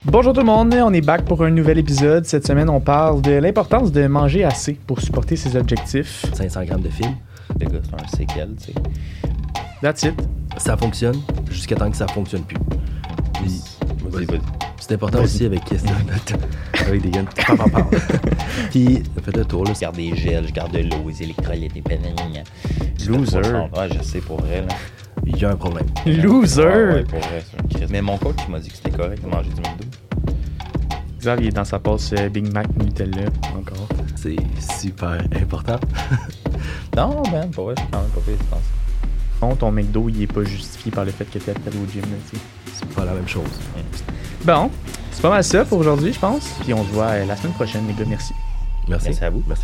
Bonjour tout le monde, on est back pour un nouvel épisode. Cette semaine, on parle de l'importance de manger assez pour supporter ses objectifs. 500 grammes de film. Le gars, c'est un séquel, tu sais. That's it. Ça fonctionne jusqu'à temps que ça fonctionne plus. Puis, Vas-y. c'est important aussi avec avec des gains. Puis, faites le tour, là. Je garde des gels, je garde de l'eau, les électrolytes, des pénales. Loser. Ouais, je sais, pour vrai, là. Il y a un problème. Loser! Ouais, pour vrai, c'est une crise. Mais mon coach, il m'a dit que c'était correct de manger du McDo. Xavier est dans sa passe Big Mac Nutella encore. C'est super important. Non, man, pour vrai, je suis quand même pas pire, je pense. Non, ton McDo, il est pas justifié par le fait que tu es allé au gym. Là, tu sais. C'est pas la même chose. Bon, c'est pas mal ça pour aujourd'hui, je pense. Puis on se voit la semaine prochaine, les gars. Merci. Merci à vous. Merci.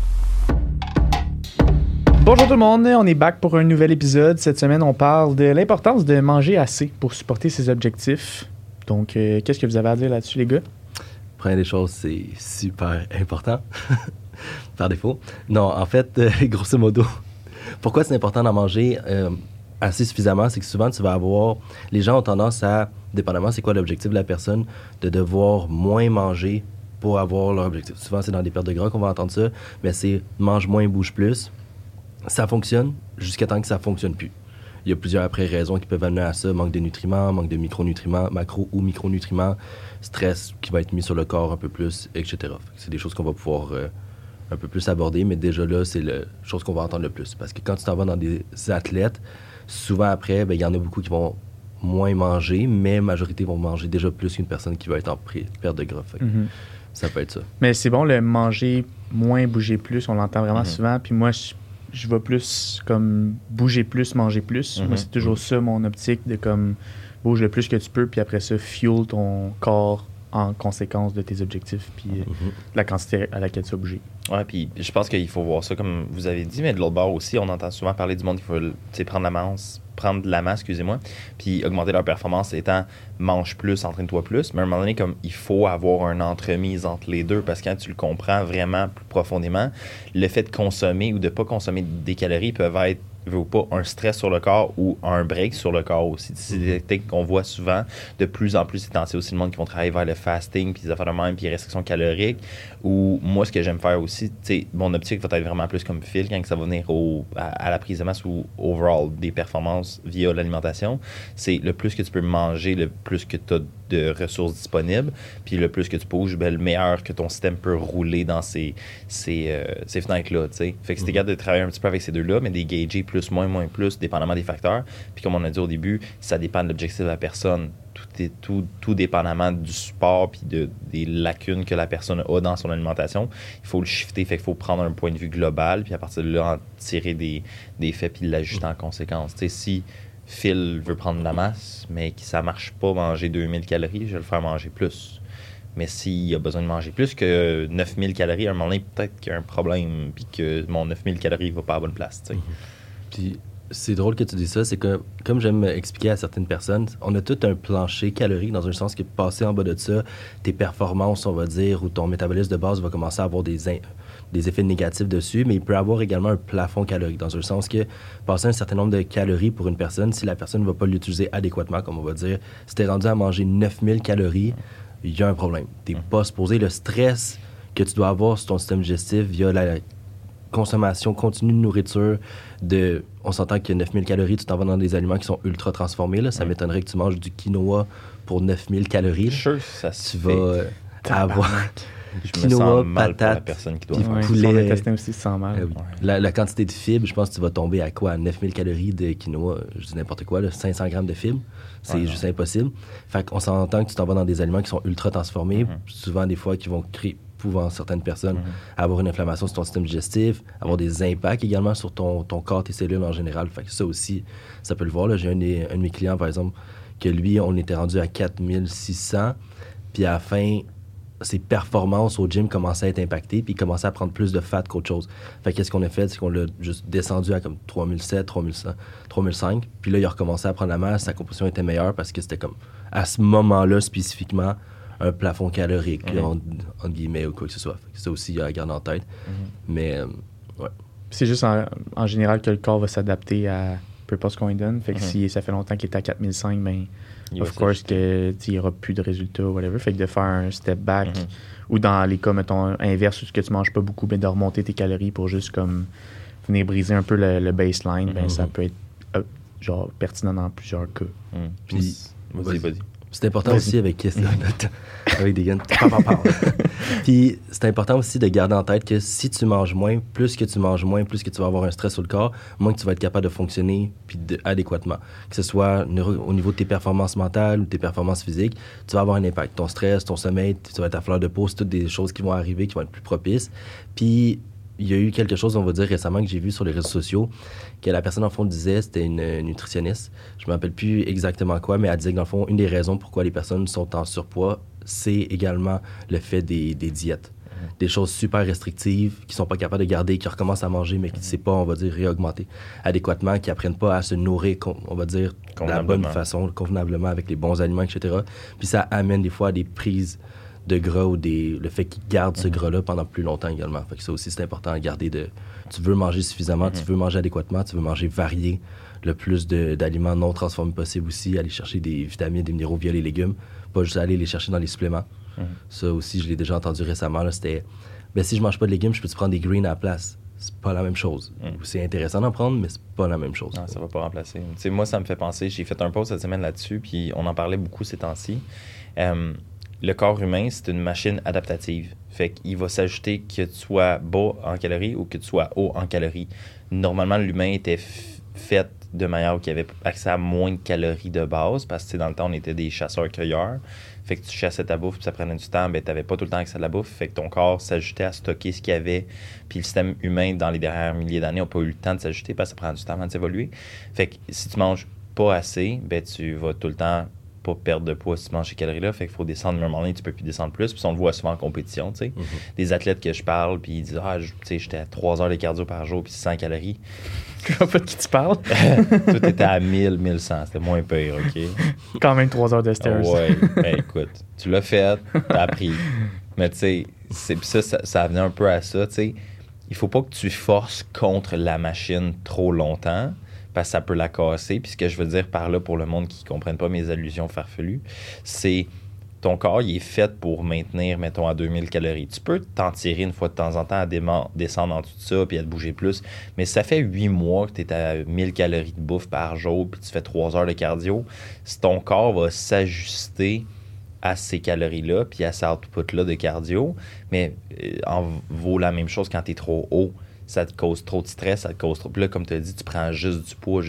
Bonjour tout le monde, on est back pour un nouvel épisode. Cette semaine, on parle de l'importance de manger assez pour supporter ses objectifs. Donc, qu'est-ce que vous avez à dire là-dessus, les gars? Première des choses, c'est super important. Par défaut. Non, en fait, grosso modo, pourquoi c'est important d'en manger assez suffisamment, c'est que souvent, tu vas avoir... Les gens ont tendance à, dépendamment c'est quoi l'objectif de la personne, de devoir moins manger pour avoir leur objectif. Souvent, c'est dans des pertes de gras qu'on va entendre ça, mais c'est mange moins, bouge plus. Ça fonctionne jusqu'à temps que ça fonctionne plus. Il y a plusieurs après raisons qui peuvent amener à ça. Manque de nutriments, manque de micronutriments, macro ou micronutriments, stress qui va être mis sur le corps un peu plus, etc. C'est des choses qu'on va pouvoir un peu plus aborder, mais déjà là, c'est la chose qu'on va entendre le plus. Parce que quand tu t'en vas dans des athlètes, souvent après, il y en a beaucoup qui vont moins manger, mais la majorité vont manger déjà plus qu'une personne qui va être en perte de gras. Ça peut être ça. Mais c'est bon, le manger moins, bouger plus, on l'entend vraiment souvent. Puis moi, je vais plus comme bouger plus, manger plus. Moi, c'est toujours ça, mon optique, de comme bouge le plus que tu peux, puis après ça, fuel ton corps en conséquence de tes objectifs, puis la quantité à laquelle tu vas bouger. Ouais, puis je pense qu'il faut voir ça comme vous avez dit, mais de l'autre bord aussi, on entend souvent parler du monde qui faut prendre de la masse, excusez-moi, puis augmenter leur performance étant mange plus, entraîne-toi plus. Mais à un moment donné, comme il faut avoir une entremise entre les deux, parce que quand tu le comprends vraiment plus profondément, le fait de consommer ou de pas consommer des calories peuvent être veut ou pas un stress sur le corps ou un break sur le corps aussi. C'est des techniques qu'on voit souvent de plus en plus. C'est aussi le monde qui vont travailler vers le fasting, puis les affaires de même, puis les restrictions caloriques. Ou moi, ce que j'aime faire aussi, mon optique va être vraiment plus comme Phil quand ça va venir à la prise de masse ou overall des performances via l'alimentation. C'est le plus que tu peux manger, le plus que tu as de ressources disponibles, puis le plus que tu bouges, le meilleur que ton système peut rouler dans ces fenêtres-là. T'sais. Fait que c'est capable de travailler un petit peu avec ces deux-là, mais des gager plus, moins, plus, dépendamment des facteurs. Puis comme on a dit au début, ça dépend de l'objectif de la personne. Tout dépendamment du support puis des lacunes que la personne a dans son alimentation. Il faut le shifter, fait qu'il faut prendre un point de vue global, puis à partir de là, en tirer des faits puis l'ajuster en conséquence. T'sais, si Phil veut prendre de la masse, mais que ça marche pas manger 2000 calories, je vais le faire manger plus. Mais s'il a besoin de manger plus que 9000 calories, à un moment donné, peut-être qu'il y a un problème, puis que mon 9000 calories va pas à la bonne place. T'sais. Puis c'est drôle que tu dis ça, c'est que, comme j'aime expliquer à certaines personnes, on a tout un plancher calorique, dans un sens que passer en bas de ça, tes performances, on va dire, ou ton métabolisme de base va commencer à avoir des effets négatifs dessus, mais il peut avoir également un plafond calorique, dans un sens que passer un certain nombre de calories pour une personne, si la personne ne va pas l'utiliser adéquatement, comme on va dire, si tu es rendu à manger 9000 calories, il y a un problème. Tu n'es pas supposé. Le stress que tu dois avoir sur ton système digestif via la consommation continue de nourriture, on s'entend que 9000 calories, tu t'en vas dans des aliments qui sont ultra transformés. Là. Ça m'étonnerait que tu manges du quinoa pour 9000 calories. Sure, ça se tu fait. vas avoir... Je me sens mal pour la personne qui doit faire ça. Poulet. Son intestin aussi se sent mal. Oui. La quantité de fibres, je pense que tu vas tomber à quoi? À 9000 calories de quinoa, je dis n'importe quoi, là, 500 grammes de fibres. C'est juste impossible. Fait qu'on s'entend que tu t'en vas dans des aliments qui sont ultra transformés, souvent des fois qui vont créer, pouvant certaines personnes avoir une inflammation sur ton système digestif, avoir des impacts également sur ton corps, tes cellules en général. Fait que ça aussi, ça peut le voir. Là. J'ai un de mes clients, par exemple, que lui, on était rendu à 4600, puis à la fin, ses performances au gym commençaient à être impactées, puis il commençait à prendre plus de fat qu'autre chose. Fait que qu'est-ce qu'on a fait? C'est qu'on l'a juste descendu à comme 3007, 3100, 3005, puis là, il a recommencé à prendre la masse, sa composition était meilleure parce que c'était comme, à ce moment-là, spécifiquement, un plafond calorique, entre guillemets, ou quoi que ce soit. Fait que ça aussi, il y a à garder en tête. Mais, ouais. C'est juste en général que le corps va s'adapter à peu importe ce qu'on lui donne. Fait que si ça fait longtemps qu'il est à 4005, ben of course, qu'il n'y aura plus de résultats ou whatever. Fait que de faire un step back, ou dans les cas, mettons, inverse, où que tu manges pas beaucoup, mais de remonter tes calories pour juste comme venir briser un peu le baseline, ben, ça peut être genre pertinent dans plusieurs cas. Puis, vas-y. C'est important aussi avec avec des gains. Puis c'est important aussi de garder en tête que si tu manges moins, plus que tu manges moins, plus que tu vas avoir un stress sur le corps, moins que tu vas être capable de fonctionner puis adéquatement. Que ce soit au niveau de tes performances mentales ou tes performances physiques, tu vas avoir un impact. Ton stress, ton sommeil, tu vas être à fleur de peau, c'est toutes des choses qui vont arriver, qui vont être plus propices. Puis il y a eu quelque chose, on va dire, récemment que j'ai vu sur les réseaux sociaux, que la personne, en fond, disait, c'était une nutritionniste. Je ne me rappelle plus exactement quoi, mais elle disait que, dans le fond, une des raisons pourquoi les personnes sont en surpoids, c'est également le fait des diètes. Des choses super restrictives, qui ne sont pas capables de garder, qui recommencent à manger, mais qui ne savent pas, on va dire, réaugmenter adéquatement, qui n'apprennent pas à se nourrir, on va dire, de la bonne façon, convenablement, avec les bons aliments, etc. Puis ça amène des fois à des prises de gras ou le fait qu'ils gardent ce gras-là pendant plus longtemps également. Fait que ça aussi, c'est important à garder tu veux manger suffisamment, tu veux manger adéquatement, tu veux manger varié, le plus d'aliments non transformés possible aussi, aller chercher des vitamines, des minéraux via les légumes, pas juste aller les chercher dans les suppléments. Ça aussi, je l'ai déjà entendu récemment, là, c'était, si je mange pas de légumes, je peux-tu prendre des greens à la place? C'est pas la même chose. C'est intéressant d'en prendre, mais c'est pas la même chose. Non, ça va pas remplacer. Tu sais, moi, ça me fait penser, j'ai fait un post cette semaine là-dessus, puis on en parlait beaucoup ces temps-ci. Le corps humain, c'est une machine adaptative. Fait qu'il va s'ajouter que tu sois bas en calories ou que tu sois haut en calories. Normalement, l'humain était fait de manière où il avait accès à moins de calories de base, parce que dans le temps, on était des chasseurs-cueilleurs. Fait que tu chassais ta bouffe, puis ça prenait du temps, ben tu n'avais pas tout le temps accès à la bouffe. Fait que ton corps s'ajoutait à stocker ce qu'il y avait. Puis le système humain, dans les dernières milliers d'années, n'a pas eu le temps de s'ajouter, parce que ça prend du temps avant de s'évoluer. Fait que si tu manges pas assez, ben tu vas tout le temps pas perdre de poids si tu manges ces calories-là. Fait qu'il faut descendre, à un moment donné, tu peux plus descendre plus. Puis on le voit souvent en compétition, tu sais. Des athlètes que je parle, puis ils disent « Ah, tu sais, j'étais à 3 heures de cardio par jour, puis 100 calories. » Je vois pas de qui tu parles. Toi, t'étais à 1000, 1100. C'était moins pire, OK? Quand même 3 heures de stairs. Ouais. Ben, écoute, tu l'as fait, t'as appris. Mais tu sais, ça venait un peu à ça, tu sais. Il faut pas que tu forces contre la machine trop longtemps, parce que ça peut la casser. Puis ce que je veux dire par là, pour le monde qui ne comprenne pas mes allusions farfelues, c'est ton corps, il est fait pour maintenir, mettons, à 2000 calories. Tu peux t'en tirer une fois de temps en temps à descendre en dessous de ça puis à te bouger plus, mais ça fait 8 mois que tu es à 1000 calories de bouffe par jour puis tu fais 3 heures de cardio, si ton corps va s'ajuster à ces calories-là puis à ces outputs-là de cardio, mais en vaut la même chose quand tu es trop haut. Ça te cause trop de stress, ça te cause trop. Puis là, comme tu as dit, tu prends juste du poids.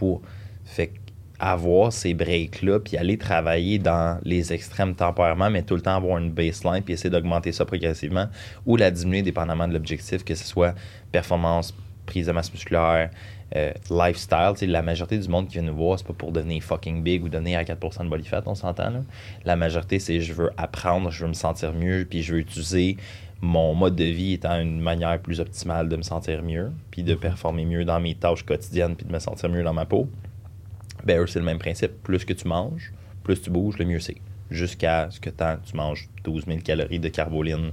Fait qu'avoir ces breaks-là, puis aller travailler dans les extrêmes temporairement, mais tout le temps avoir une baseline, puis essayer d'augmenter ça progressivement, ou la diminuer dépendamment de l'objectif, que ce soit performance, prise de masse musculaire, lifestyle. Tu sais, la majorité du monde qui vient nous voir, c'est pas pour devenir fucking big ou devenir à 4% de body fat, on s'entend, là. La majorité, c'est je veux apprendre, je veux me sentir mieux, puis je veux utiliser mon mode de vie étant une manière plus optimale de me sentir mieux, puis de performer mieux dans mes tâches quotidiennes, puis de me sentir mieux dans ma peau. Ben eux, c'est le même principe. Plus que tu manges, plus tu bouges, le mieux c'est. Jusqu'à ce que tu manges 12 000 calories de carboline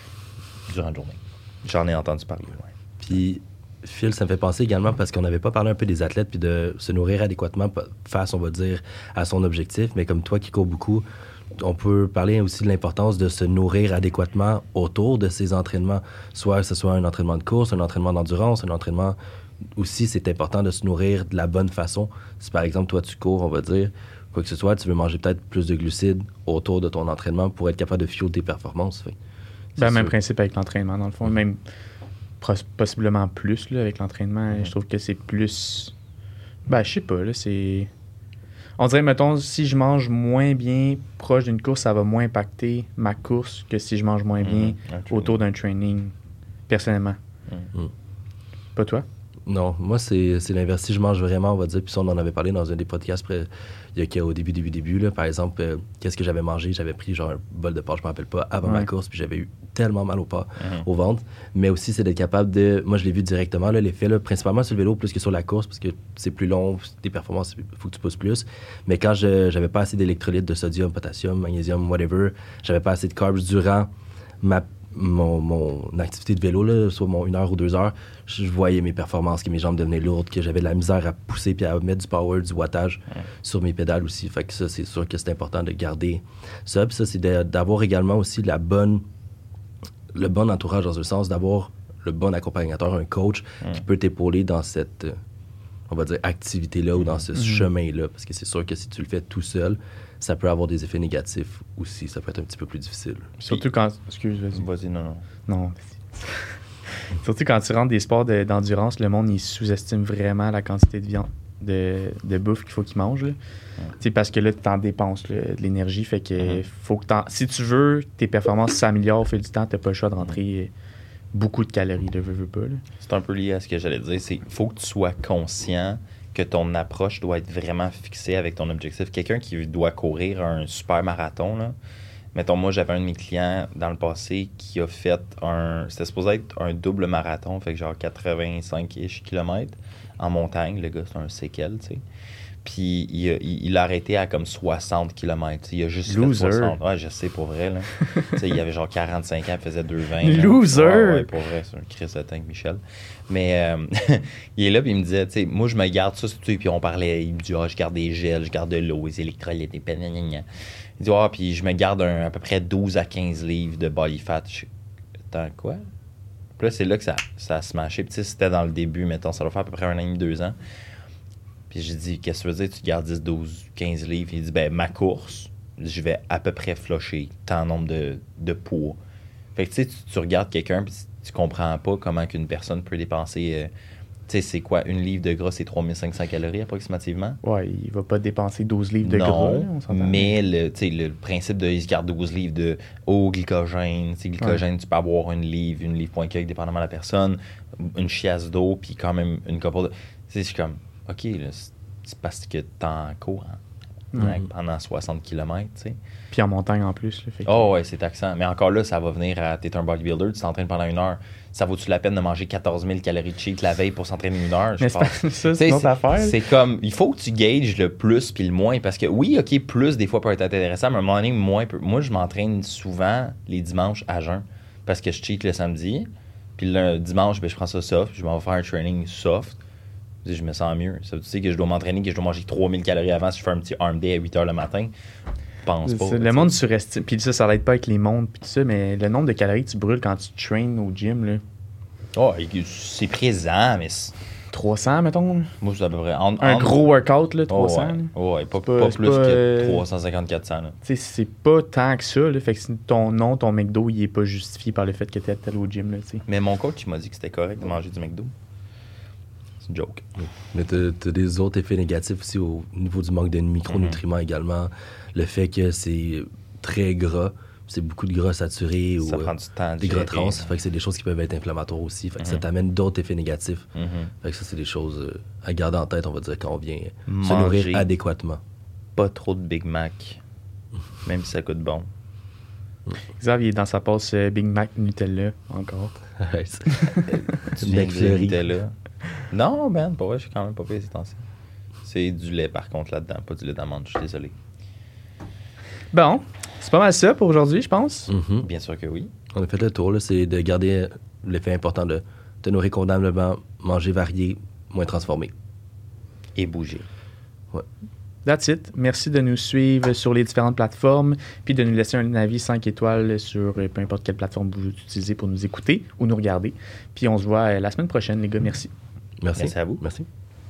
durant la journée. J'en ai entendu parler, ouais. Puis, Phil, ça me fait penser également, parce qu'on n'avait pas parlé un peu des athlètes, puis de se nourrir adéquatement face, on va dire, à son objectif, mais comme toi qui cours beaucoup, on peut parler aussi de l'importance de se nourrir adéquatement autour de ces entraînements. Soit que ce soit un entraînement de course, un entraînement d'endurance, un entraînement... Aussi, c'est important de se nourrir de la bonne façon. Si par exemple, toi, tu cours, on va dire, quoi que ce soit, tu veux manger peut-être plus de glucides autour de ton entraînement pour être capable de fuel tes performances. Même principe avec l'entraînement, dans le fond. Même possiblement plus là, avec l'entraînement. Je trouve que c'est plus... je sais pas, là, c'est... On dirait, mettons, si je mange moins bien proche d'une course, ça va moins impacter ma course que si je mange moins bien autour d'un training, personnellement. Pas toi? Non, moi, c'est l'inverse. Si je mange vraiment, on va dire, puis ça, on en avait parlé dans un des podcasts au début, là, par exemple, qu'est-ce que j'avais mangé? J'avais pris genre un bol de pâtes, je me rappelle pas, avant ma course, puis j'avais eu tellement mal au ventre. Mais aussi, c'est d'être capable de... Moi, je l'ai vu directement, là, l'effet, là, principalement sur le vélo, plus que sur la course, parce que c'est plus long, tes performances, il faut que tu pousses plus. Mais quand j'avais pas assez d'électrolytes, de sodium, potassium, magnésium, whatever, j'avais pas assez de carbs durant mon activité de vélo, là, soit mon 1 heure ou 2 heures, je voyais mes performances, que mes jambes devenaient lourdes, que j'avais de la misère à pousser puis à mettre du power, du wattage sur mes pédales aussi. Fait que ça, c'est sûr que c'est important de garder ça. Puis ça, c'est d'avoir également aussi le bon entourage dans un sens, d'avoir le bon accompagnateur, un coach qui peut t'épauler dans cette, on va dire, activité-là ou dans ce chemin-là. Parce que c'est sûr que si tu le fais tout seul, ça peut avoir des effets négatifs aussi. Ça peut être un petit peu plus difficile. Surtout quand... Excuse, vas-y. Vas-y, non. Non, surtout quand tu rentres des sports d'endurance, le monde, il sous-estime vraiment la quantité de viande, de bouffe qu'il faut qu'il mange. Parce que là, tu t'en dépenses là, de l'énergie. Fait que faut que si tu veux que tes performances s'améliorent au fil du temps, tu n'as pas le choix de rentrer beaucoup de calories, veux pas. Là. C'est un peu lié à ce que j'allais dire. C'est faut que tu sois conscient que ton approche doit être vraiment fixée avec ton objectif. Quelqu'un qui doit courir un super marathon, là, mettons, moi, j'avais un de mes clients dans le passé qui a fait c'était supposé être un double marathon, fait que genre 85-ish kilomètres en montagne. Le gars, c'est un séquel, tu sais. Puis il a arrêté à comme 60 km. Il a juste Loser. fait 60. Ouais, je sais, pour vrai. Là. Il avait genre 45 ans, il faisait 2,20. Loser! Ouais, pour vrai, c'est un Chris de tank, Michel. Mais il est là, puis il me disait, tu sais, moi, je me garde ça, puis on parlait, il me dit, je garde des gels, je garde de l'eau, les électrolytes, des Il dit, puis je me garde à peu près 12 à 15 livres de body fat. Attends, quoi? Puis là, c'est là que ça a smashé. Puis tu sais, c'était dans le début, mettons, ça doit faire à peu près 1 an et demi, 2 ans. Puis j'ai dit, qu'est-ce que tu veux dire, tu gardes 10, 12, 15 livres? Il dit, ma course, je vais à peu près flusher tant nombre de poids. Fait que tu sais, tu regardes quelqu'un, puis tu comprends pas comment qu'une personne peut dépenser, tu sais, c'est quoi, une livre de gras, c'est 3500 calories approximativement? Ouais, il va pas dépenser 12 livres de non, gras, là, on s'entend. Mais le principe de, il se garde 12 livres de haut glycogène. Tu glycogène, tu peux avoir une livre point quelques, dépendamment de la personne, une chiasse d'eau, puis quand même une couple de... Tu sais, je suis comme... OK, là, c'est parce que t'en cours pendant 60 km, tu sais. Puis en montagne en plus. Là, fait que... Oh ouais, c'est taxant. Mais encore là, ça va venir à... T'es un bodybuilder, tu t'entraînes pendant 1 heure. Ça vaut-tu la peine de manger 14 000 calories de cheat la veille pour s'entraîner 1 heure? Mais c'est une autre affaire. C'est comme... Il faut que tu gages le plus puis le moins. Parce que oui, OK, plus des fois peut être intéressant, mais à un moment donné, moins... Moi, je m'entraîne souvent les dimanches à jeun. Parce que je cheat le samedi. Puis le dimanche, je prends ça soft. Je m'en vais faire un training soft. Je me sens mieux. Ça veut dire que je dois m'entraîner, que je dois manger 3000 calories avant si je fais un petit arm day à 8 h le matin. Je pense pas. Le monde surestime. Puis ça l'aide pas avec les montres puis tout ça, mais le nombre de calories que tu brûles quand tu traînes au gym, là. Oh, c'est présent, mais... 300, mettons. Moi, c'est à peu près... Un gros workout, là, 300. Ouais, pas plus que 350-400. Tu sais, c'est pas tant que ça, là. Fait que ton McDo, il est pas justifié par le fait que tu es allé au gym, là, tu sais. Mais mon coach, il m'a dit que c'était correct de manger du McDo. C'est une joke. Mais t'as des autres effets négatifs aussi au niveau du manque de micronutriments également. Le fait que c'est très gras, c'est beaucoup de gras saturés ça ou prend du temps des gras trans. Fait que c'est des choses qui peuvent être inflammatoires aussi. Fait que ça t'amène d'autres effets négatifs. Fait que ça, c'est des choses à garder en tête, on va dire, quand on vient se nourrir adéquatement. Pas trop de Big Mac, même si ça coûte bon. Xavier est dans sa passe Big Mac Nutella encore. Tu viens de Nutella. Non, Ben, pas vrai, je suis quand même pas payé ces temps-ci. C'est du lait, par contre, là-dedans, pas du lait d'amande, je suis désolé. Bon, c'est pas mal ça pour aujourd'hui, je pense. Bien sûr que oui. On a fait le tour, là, c'est de garder l'effet important de te nourrir convenablement, manger varié, moins transformé. Et bouger. Ouais. That's it. Merci de nous suivre sur les différentes plateformes, puis de nous laisser un avis 5 étoiles sur peu importe quelle plateforme vous utilisez pour nous écouter ou nous regarder. Puis on se voit la semaine prochaine, les gars. Merci. Merci à vous. Merci.